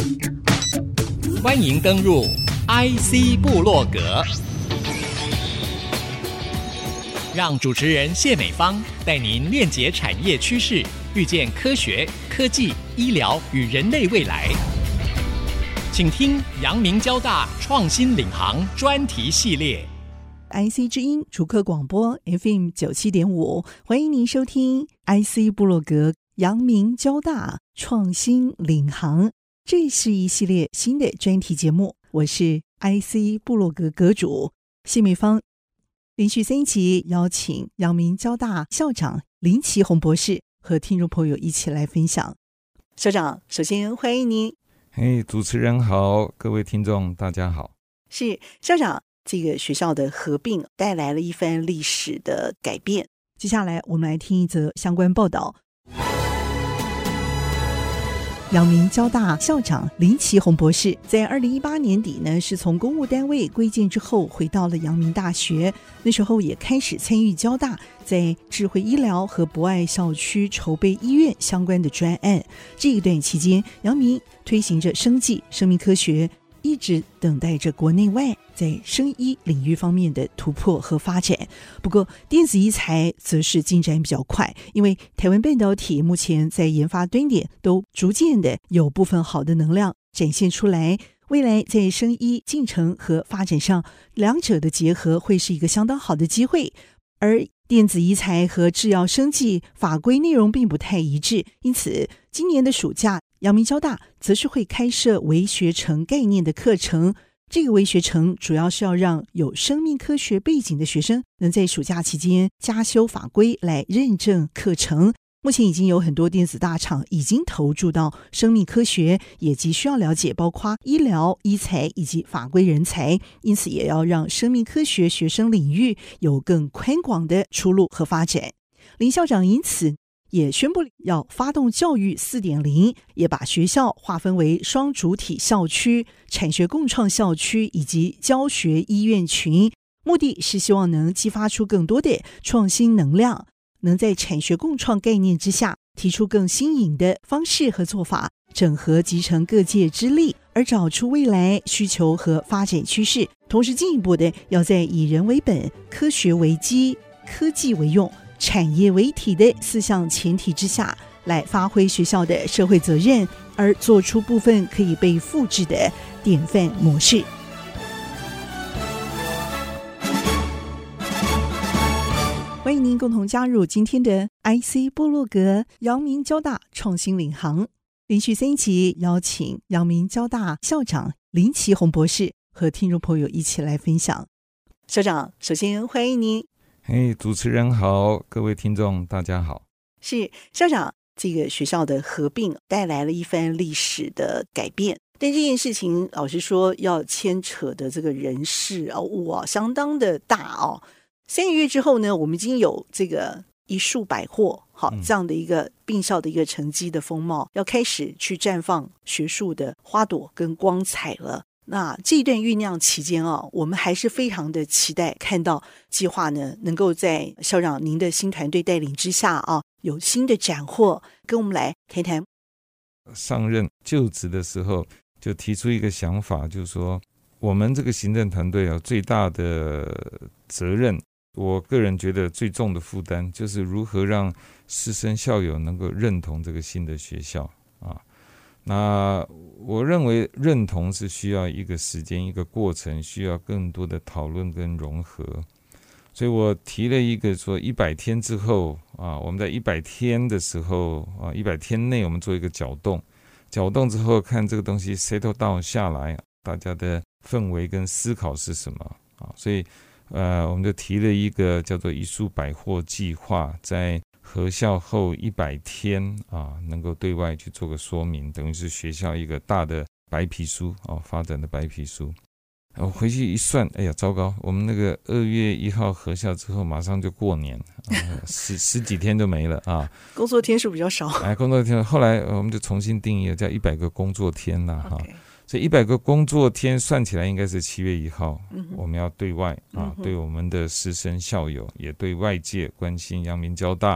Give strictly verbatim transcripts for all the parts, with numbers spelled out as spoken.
欢迎登入 I C 部落格，让主持人谢美芳带您链接产业趋势，遇见科学、科技、医疗与人类未来。请听阳明交大创新领航专题系列。 I C 之音竹科广播 F M 九十七点五， 欢迎您收听 I C 部落格阳明交大创新领航，这是一系列新的专题节目，我是 I C 部落格阁主谢美芳。连续三集邀请阳明交大校长林奇宏博士和听众朋友一起来分享。校长，首先欢迎您。 嘿，主持人好，各位听众大家好。 是校长，这个学校的合并带来了一番历史的改变。接下来我们来听一则相关报道。阳明交大校长林奇宏博士在二零一八年底呢，是从公务单位归建之后回到了阳明大学，那时候也开始参与交大在智慧医疗和博爱校区筹备医院相关的专案。这一段期间，阳明推行着生技、生命科学，一直等待着国内外在生医领域方面的突破和发展。不过电子医材则是进展比较快，因为台湾半导体目前在研发端点都逐渐的有部分好的能量展现出来，未来在生医进程和发展上，两者的结合会是一个相当好的机会。而电子医材和制药生技法规内容并不太一致，因此今年的暑假，阳明交大则是会开设微学程概念的课程。这个微学程主要是要让有生命科学背景的学生能在暑假期间加修法规来认证课程。目前已经有很多电子大厂已经投注到生命科学，也急需要了解包括医疗、医材以及法规人才，因此也要让生命科学学生领域有更宽广的出路和发展。林校长因此也宣布要发动教育 四点零， 也把学校划分为双主体校区、产学共创校区以及教学医院群，目的是希望能激发出更多的创新能量，能在产学共创概念之下提出更新颖的方式和做法，整合集成各界之力，而找出未来需求和发展趋势，同时进一步的要在以人为本、科学为基、科技为用、产业为体的四项前提之下，来发挥学校的社会责任，而做出部分可以被复制的典范模式。欢迎您共同加入今天的 I C 部落格阳明交大创新领航，连续三集邀请阳明交大校长林奇宏博士和听众朋友一起来分享。校长，首先欢迎您。 嘿，主持人好，各位听众大家好。是校长，这个学校的合并带来了一番历史的改变，但这件事情老实说要牵扯的这个人事啊物啊相当的大哦。三个月之后呢，我们已经有这个一树百获好这样的一个并校的一个成绩的风貌，要开始去绽放学术的花朵跟光彩了。那这一段酝酿期间啊，我们还是非常的期待看到计划呢能够在校长您的新团队带领之下啊，有新的斩获，跟我们来谈谈。 上任就职的时候就提出一个想法，就是说我们这个行政团队啊，最大的责任，我个人觉得最重的负担，就是如何让师生校友能够认同这个新的学校啊。那我认为认同是需要一个时间一个过程，需要更多的讨论跟融合，所以我提了一个说一百天之后啊，我们在一百天的时候啊，一百天内我们做一个搅动，搅动之后看这个东西 settle down 下来，大家的氛围跟思考是什么啊？所以呃，我们就提了一个叫做一树百获计划，在合校后一百天啊，能够对外去做个说明，等于是学校一个大的白皮书啊，发展的白皮书。我回去一算，哎呀，糟糕！我们那个二月一号合校之后，马上就过年，啊、十十几天就没了啊。 工作天数比较少。 哎，工作天，后来我们就重新定义了，叫一百个工作天啦，哈。 Okay. 所以一百个工作天算起来应该是七月一号，嗯、我们要对外啊，嗯、对我们的师生校友，也对外界关心阳明交大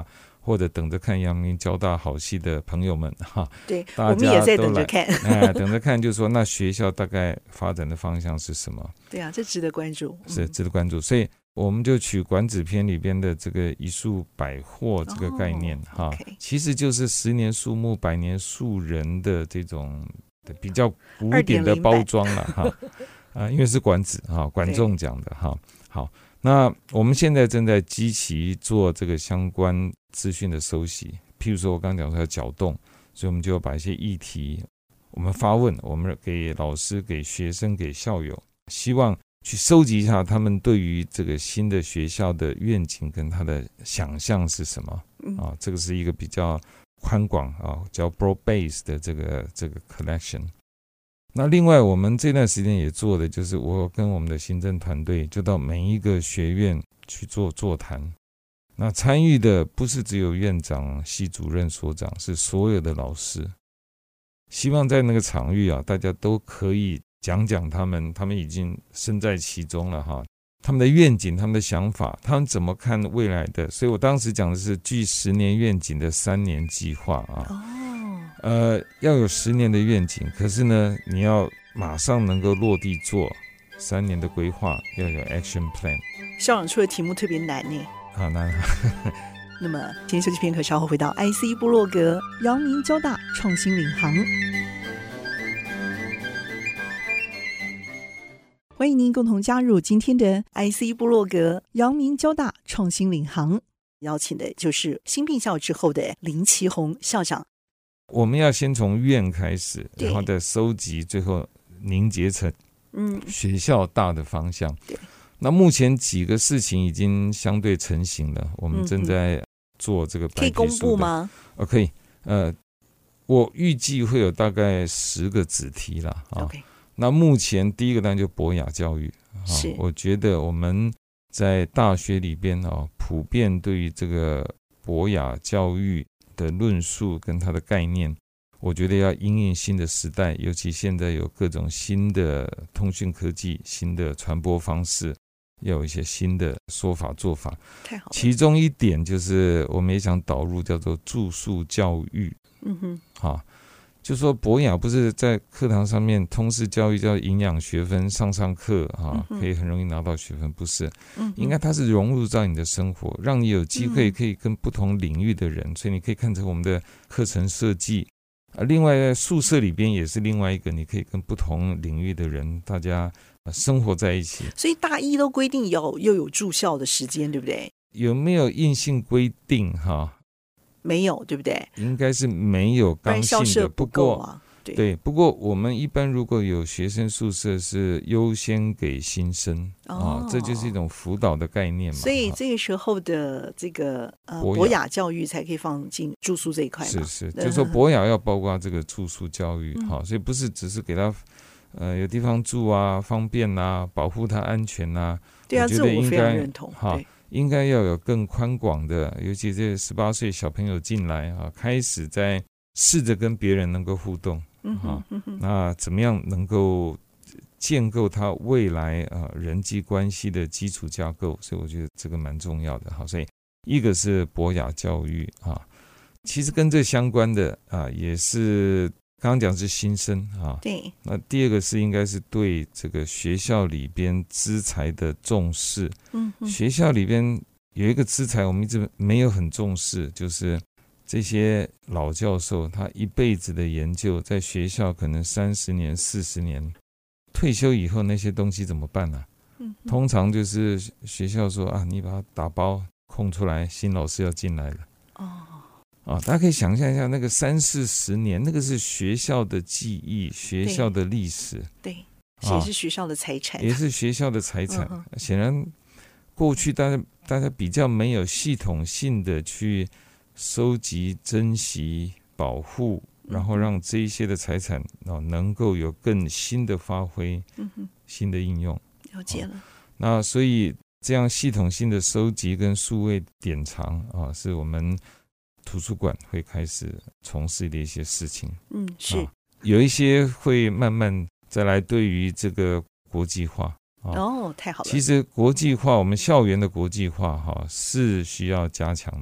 或者等着看阳明交大好戏的朋友们哈， 对，我们也在等着看， 哎，等着看，就是说那学校大概发展的方向是什么？ 对啊，这值得关注， 是值得关注，所以我们就取管子篇里边的这个一树百货这个概念哈、哦 okay ，其实就是十年树木，百年树人的这种比较古典的包装了哈。啊，因为是管子哈，管仲讲的哈。好，那我们现在正在积极做这个相关资讯的收集，譬如说我刚刚讲说要搅动，所以我们就把一些议题，我们发问，我们给老师、给学生、给校友，希望去收集一下他们对于这个新的学校的愿景跟他的想象是什么啊？这个是一个比较宽广啊，叫 broad base 的这个这个 collection。那另外我们这段时间也做的就是我跟我们的行政团队就到每一个学院去做座谈，那参与的不是只有院长、系主任、所长，是所有的老师，希望在那个场域啊，大家都可以讲讲他们他们已经身在其中了哈，他们的愿景、他们的想法，他们怎么看未来的。所以我当时讲的是具十年愿景的三年计划啊。呃，要有十年的愿景，可是呢，你要马上能够落地做三年的规划，要有 action plan。 校长出的题目特别难呢， 好难。 那么，先休息片刻，稍后回到 I C 部落格，阳明交大创新领航。欢迎您共同加入今天的 I C 部落格，阳明交大创新领航。邀请的就是新并校之后的林奇宏校长。 我们要先从院开始，然后再收集，最后凝结成学校大的方向。嗯、那目前几个事情已经相对成型了，我们正在做这个白皮书的。可以公布吗？哦，可以。呃，我预计会有大概十个子题啦。啊。Okay. 那目前第一个当然就博雅教育。是。我觉得我们在大学里边啊，普遍对于这个博雅教育的论述跟它的概念，我觉得要因应新的时代，尤其现在有各种新的通讯科技、新的传播方式，要有一些新的说法做法。太好了。其中一点就是我们也想导入叫做住宿教育。嗯哼，好。就说博雅不是在课堂上面通识教育叫营养学分上上课啊，可以很容易拿到学分，不是，应该它是融入到你的生活，让你有机会可以跟不同领域的人，所以你可以看成我们的课程设计啊。另外在宿舍里边也是另外一个，你可以跟不同领域的人大家生活在一起。所以大一都规定要又有住校的时间，对不对？有没有硬性规定哈？没有，对不对？应该是没有刚性的，不够啊。对, 对，不过我们一般如果有学生宿舍是优先给新生、哦、啊，这就是一种辅导的概念嘛。所以这个时候的这个呃博雅教育才可以放进住宿这一块嘛。是是，就是说博雅要包括这个住宿教育，好、嗯，所以不是只是给他呃有地方住啊，方便啊，保护他安全啊。对啊，这我非常认同。好。应该要有更宽广的，尤其这十八岁小朋友进来啊，开始在试着跟别人能够互动、嗯啊嗯、那怎么样能够建构他未来啊人际关系的基础架构？所以我觉得这个蛮重要的。好，所以一个是博雅教育啊，其实跟这相关的啊，也是刚刚讲是新生啊。对。那第二个是应该是对这个学校里边资财的重视。嗯。学校里边有一个资财，我们一直没有很重视，就是这些老教授他一辈子的研究，在学校可能三十年、四十年，退休以后那些东西怎么办呢、啊？嗯。通常就是学校说啊，你把它打包空出来，新老师要进来了。哦。啊，大家可以想象一下，那个三四十年，那个是学校的记忆，学校的历史，对，对啊、也是学校的财产，也是学校的财产。嗯、显然，过去大家大家比较没有系统性的去收集、珍惜、保护，然后让这一些的财产啊能够有更新的发挥、嗯、新的应用。了解了。那所以这样系统性的收集跟数位典藏啊，是我们图书馆会开始从事的一些事情。嗯，是、啊、有一些会慢慢再来对于这个国际化。啊、哦，太好了。其实国际化，我们校园的国际化哈、啊、是需要加强的。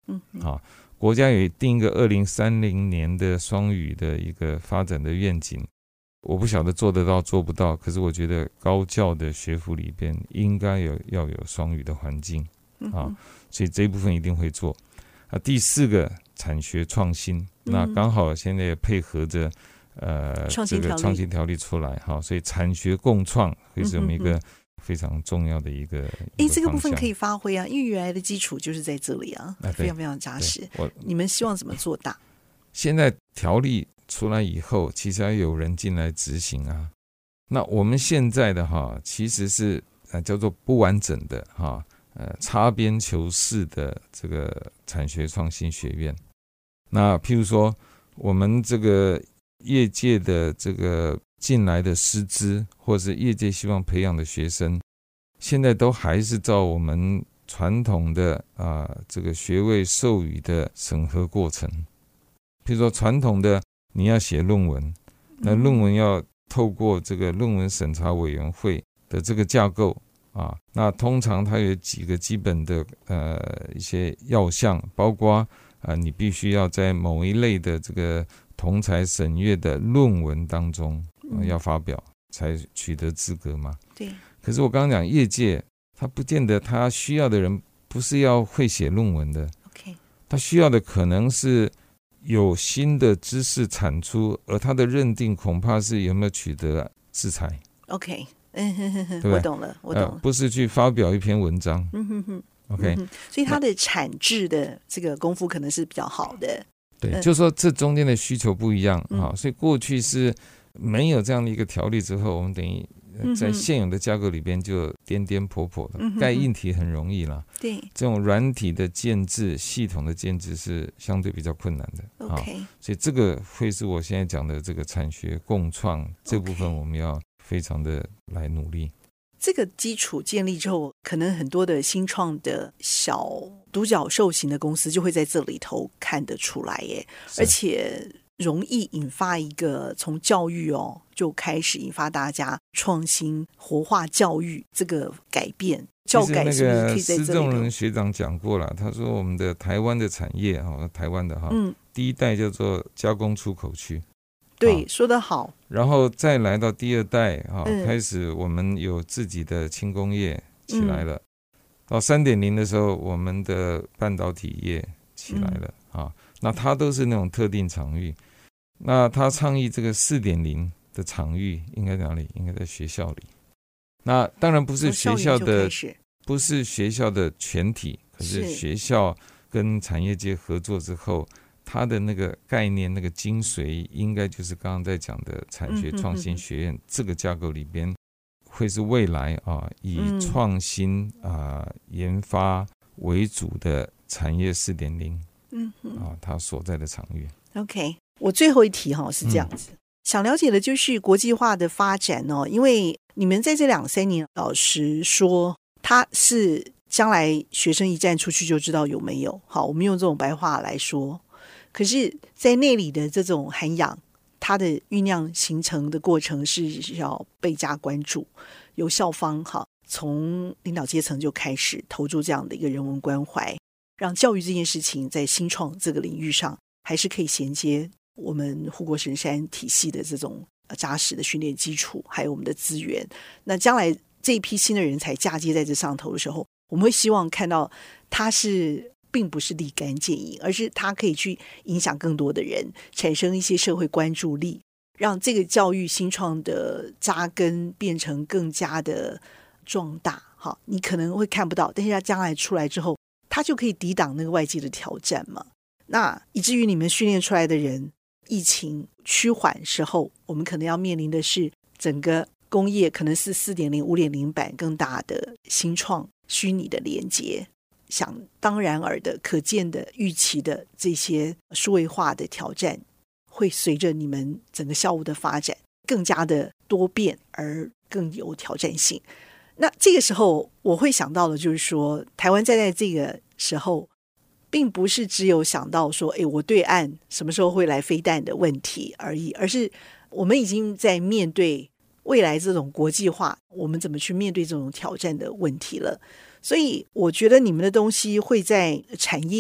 嗯， 好，国家有定一个二零三零年的双语的一个发展的愿景，我不晓得做得到做不到，可是我觉得高教的学府里边应该有要有双语的环境啊，所以这一部分一定会做。啊，第四个产学创新，那刚好现在也配合着呃这个创新条例出来哈，所以产学共创会是我们一个非常重要的一个。 哎，这个部分可以发挥啊，因为原来的基础就是在这里啊，非常非常扎实。你们希望怎么做大？ 现在条例出来以后，其实要有人进来执行啊。那我们现在的哈，其实是呃叫做不完整的哈，呃擦边球式的这个产学创新学院。那譬如说，我们这个业界的这个进来的师资，或是业界希望培养的学生，现在都还是照我们传统的啊、呃、这个学位授予的审核过程。譬如说传统的你要写论文，那论文要透过这个论文审查委员会的这个架构啊，那通常它有几个基本的呃一些要项，包括啊你必须要在某一类的这个同侪审阅的论文当中、呃、要发表才取得资格嘛。 对。 可是我刚刚讲业界，他不见得他需要的人不是要会写论文的， OK， 他需要的可能是有新的知识产出，而他的认定恐怕是有没有取得制裁。 OK， 嗯哼哼哼，我懂了我懂了、呃、 不是去发表一篇文章。 嗯哼哼 OK， 嗯，所以他的产制的这个功夫可能是比较好的。 对，就是说这中间的需求不一样、嗯、所以过去是没有这样的一个条例之后，我们等于在现有的架构里边就颠颠簸簸的，盖硬体很容易啦。 对， 这种软体的建制、系统的建制是相对比较困难的。 OK， 所以这个会是我现在讲的这个产学共创这部分，我们要非常的来努力。 这个基础建立之后，可能很多的新创的小独角兽型的公司就会在这里头看得出来耶，而且容易引发一个从教育哦就开始引发大家创新活化教育这个改变。教改是不是可以在这里头？ 施仲仁学长讲过了，他说我们的台湾的产业台湾的哈、嗯，第一代叫做加工出口区。 对，说得好。 然后再来到第二代啊、嗯，开始我们有自己的轻工业起来了。嗯、到 三点零 的时候，我们的半导体业起来了、嗯、啊。那它都是那种特定场域。那他倡议这个 四点零 的场域应该在哪里？应该在学校里。那当然不是学校的，不是学校的全体，可是学校跟产业界合作之后。它的那个概念、那个精髓，应该就是刚刚在讲的产学创新学院、嗯、这个架构里边，会是未来啊以创新啊、呃、研发为主的产业 四点零， 嗯啊它所在的场域。 OK， 我最后一题哈是这样子、嗯，想了解的就是国际化的发展哦，因为你们在这两三年，老实说，它是将来学生一站出去就知道有没有。好，我们用这种白话来说。可是在内里的这种涵养，它的酝酿形成的过程是要倍加关注，由校方哈从领导阶层就开始投注这样的一个人文关怀，让教育这件事情在新创这个领域上还是可以衔接我们护国神山体系的这种扎实的训练基础，还有我们的资源。那将来这一批新的人才嫁接在这上头的时候，我们会希望看到它是并不是立竿见影，而是它可以去影响更多的人，产生一些社会关注力，让这个教育新创的扎根变成更加的壮大。好，你可能会看不到，但是它将来出来之后，它就可以抵挡那个外界的挑战嘛。那以至于你们训练出来的人，疫情趋缓时候，我们可能要面临的是整个工业可能是 四点零、五点零 版更大的新创虚拟的连接。想当然尔的可见的预期的这些数位化的挑战，会随着你们整个校务的发展更加的多变而更有挑战性。那这个时候我会想到的就是说，台湾站在这个时候并不是只有想到说诶我对岸什么时候会来飞弹的问题而已，而是我们已经在面对未来这种国际化，我们怎么去面对这种挑战的问题了。所以我觉得你们的东西会在产业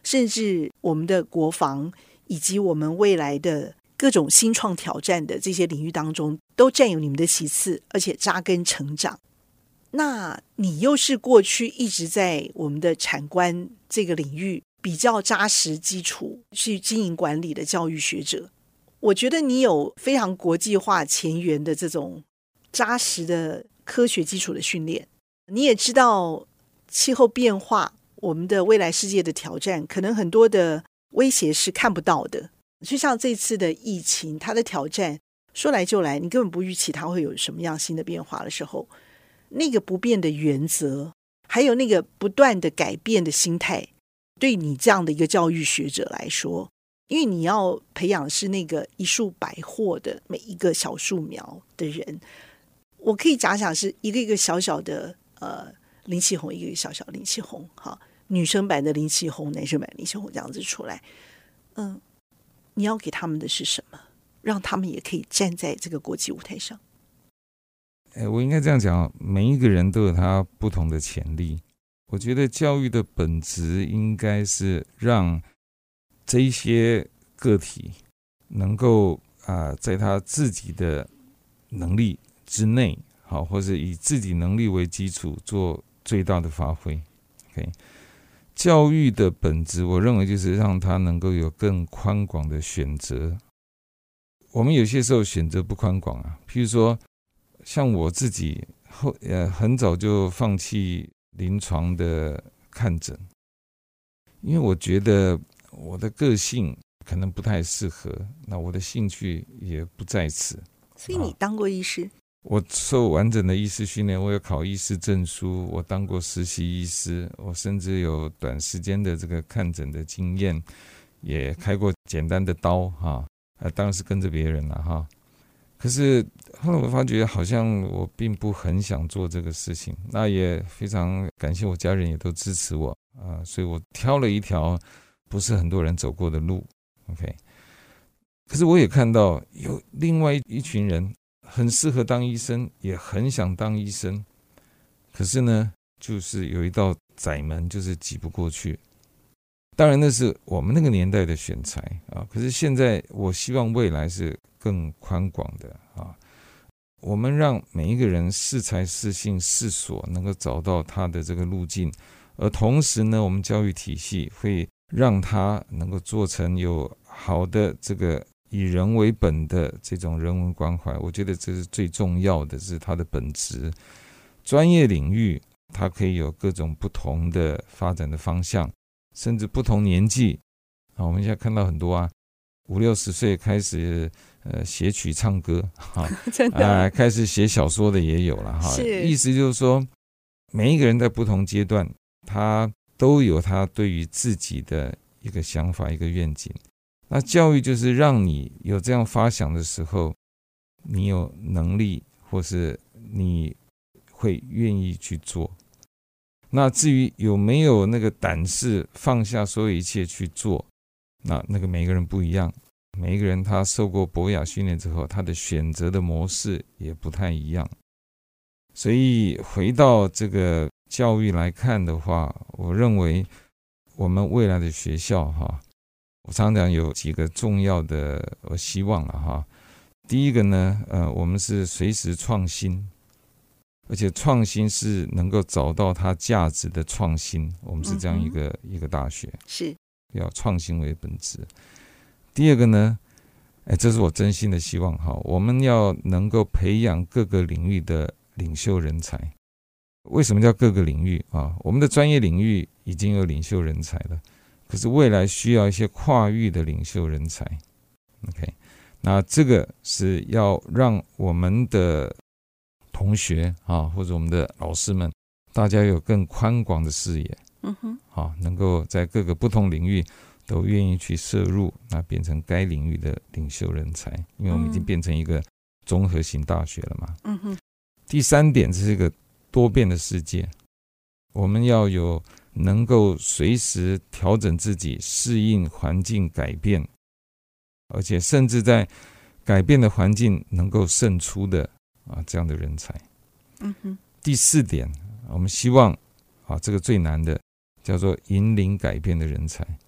甚至我们的国防以及我们未来的各种新创挑战的这些领域当中，都占有你们的席次，而且扎根成长。那你又是过去一直在我们的产官这个领域比较扎实基础去经营管理的教育学者，我觉得你有非常国际化前沿的这种扎实的科学基础的训练。你也知道气候变化，我们的未来世界的挑战，可能很多的威胁是看不到的。就像这次的疫情，它的挑战说来就来，你根本不预期它会有什么样新的变化的时候，那个不变的原则，还有那个不断的改变的心态，对你这样的一个教育学者来说，因为你要培养的是那个一树百获的每一个小树苗的人，我可以假想是一个一个小小的呃林启宏，一个一个小小林启宏，哈，女生版的林启宏，男生版的林启宏这样子出来，嗯，你要给他们的是什么，让他们也可以站在这个国际舞台上？ 哎，我应该这样讲，每一个人都有他不同的潜力。我觉得教育的本质应该是让这一些个体能够啊、呃，在他自己的能力之内，好，或者以自己能力为基础做最大的发挥。OK， 教育的本质，我认为就是让他能够有更宽广的选择。我们有些时候选择不宽广啊，譬如说，像我自己后呃很早就放弃临床的看诊，因为我觉得我的个性可能不太适合，那我的兴趣也不在此。 所以你当过医师？啊， 我受完整的医师训练，我有考医师证书，我当过实习医师，我甚至有短时间的这个看诊的经验，也开过简单的刀哈，啊，当然是跟着别人了哈。可是后来我发觉好像我并不很想做这个事情，那也非常感谢我家人也都支持我啊，所以我挑了一条不是很多人走过的路 OK。 可是我也看到有另外一群人很适合当医生，也很想当医生，可是呢就是有一道窄门就是挤不过去。当然那是我们那个年代的选材啊，可是现在我希望未来是更宽广的啊，我们让每一个人适才适性适所能够找到他的这个路径，而同时呢我们教育体系会让他能够做成有好的这个以人为本的这种人文关怀。我觉得这是最重要的，是它的本质。专业领域它可以有各种不同的发展的方向，甚至不同年纪啊，我们现在看到很多啊，五六十岁开始呃写曲唱歌哈， 真的、 呃、开始写小说的也有了哈。意思就是说，每一个人在不同阶段，他都有他对于自己的一个想法、一个愿景。那教育就是让你有这样发想的时候，你有能力，或是你会愿意去做。那至于有没有那个胆识放下所有一切去做，那那个每个人不一样，每一个人他受过博雅训练之后，他的选择的模式也不太一样。所以回到这个教育来看的话，我认为我们未来的学校哈，我常常有几个重要的我希望了哈。第一个呢，呃，我们是随时创新，而且创新是能够找到它价值的创新。我们是这样一个、嗯、一个大学， 是要创新为本质。第二个呢，哎，这是我真心的希望哈，我们要能够培养各个领域的领袖人才。为什么叫各个领域啊？我们的专业领域已经有领袖人才了，可是未来需要一些跨域的领袖人才。OK， 那这个是要让我们的同学啊，或者我们的老师们，大家有更宽广的视野，嗯哼，啊，能够在各个不同领域都愿意去涉入，那变成该领域的领袖人才，因为我们已经变成一个综合型大学了嘛。嗯哼。第三点，这是一个多变的世界，我们要有能够随时调整自己，适应环境改变，而且甚至在改变的环境能够胜出的啊这样的人才。嗯哼。第四点，我们希望啊这个最难的叫做引领改变的人才。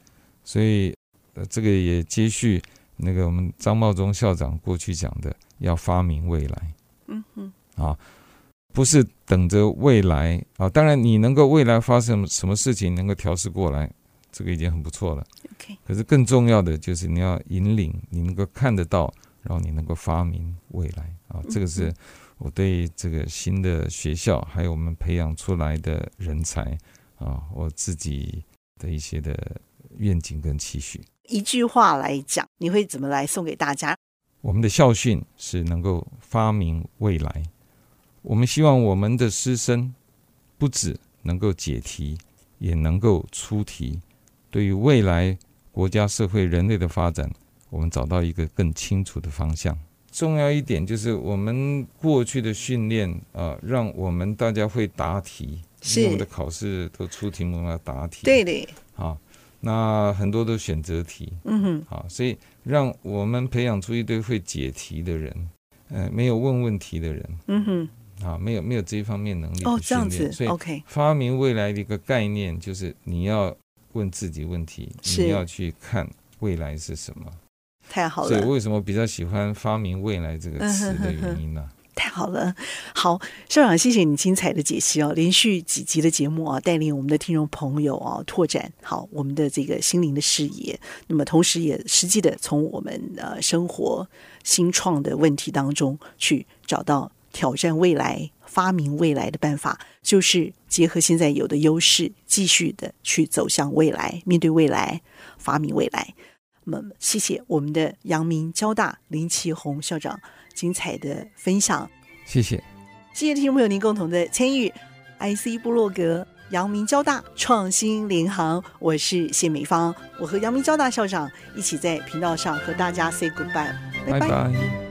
所以、呃、这个也接续那个我们张茂忠校长过去讲的，要发明未来。 嗯哼， 啊，不是等着未来啊，当然你能够未来发生什么事情能够调试过来，这个已经很不错了。 Okay. 可是更重要的就是你要引领，你能够看得到，然后你能够发明未来啊，这个是我对这个新的学校还有我们培养出来的人才啊，我自己的一些的愿景跟期许。 一句话来讲，你会怎么来送给大家？ 我们的校训是能够发明未来，我们希望我们的师生不只能够解题，也能够出题，对于未来国家社会人类的发展，我们找到一个更清楚的方向。重要一点就是我们过去的训练、呃、让我们大家会答题，因为我们的考试都出题目要答题。 对的， 好，那很多都选择题， 嗯哼， 好，所以让我们培养出一堆会解题的人，呃，没有问问题的人， 嗯哼， 啊，没有没有这一方面能力的哦，这样子， 训练，所以 OK， 发明未来的一个概念就是你要问自己问题，你要去看未来是什么。 太好了， 所以为什么比较喜欢发明未来这个词的原因呢、啊？ 太好了，好，校长，谢谢你精彩的解析哦，连续几集的节目啊，带领我们的听众朋友啊，拓展好我们的这个心灵的视野，那么同时也实际的从我们呃生活新创的问题当中去找到挑战未来、发明未来的办法，就是结合现在有的优势，继续的去走向未来，面对未来，发明未来。那么，谢谢我们的阳明交大林奇宏校长精彩的分享， 谢谢， 谢谢听众朋友您共同的参与。I C 部落格阳明交大创新联航，我是谢美芳，我和阳明交大校长一起在频道上和大家 say goodbye， 拜拜。 拜拜。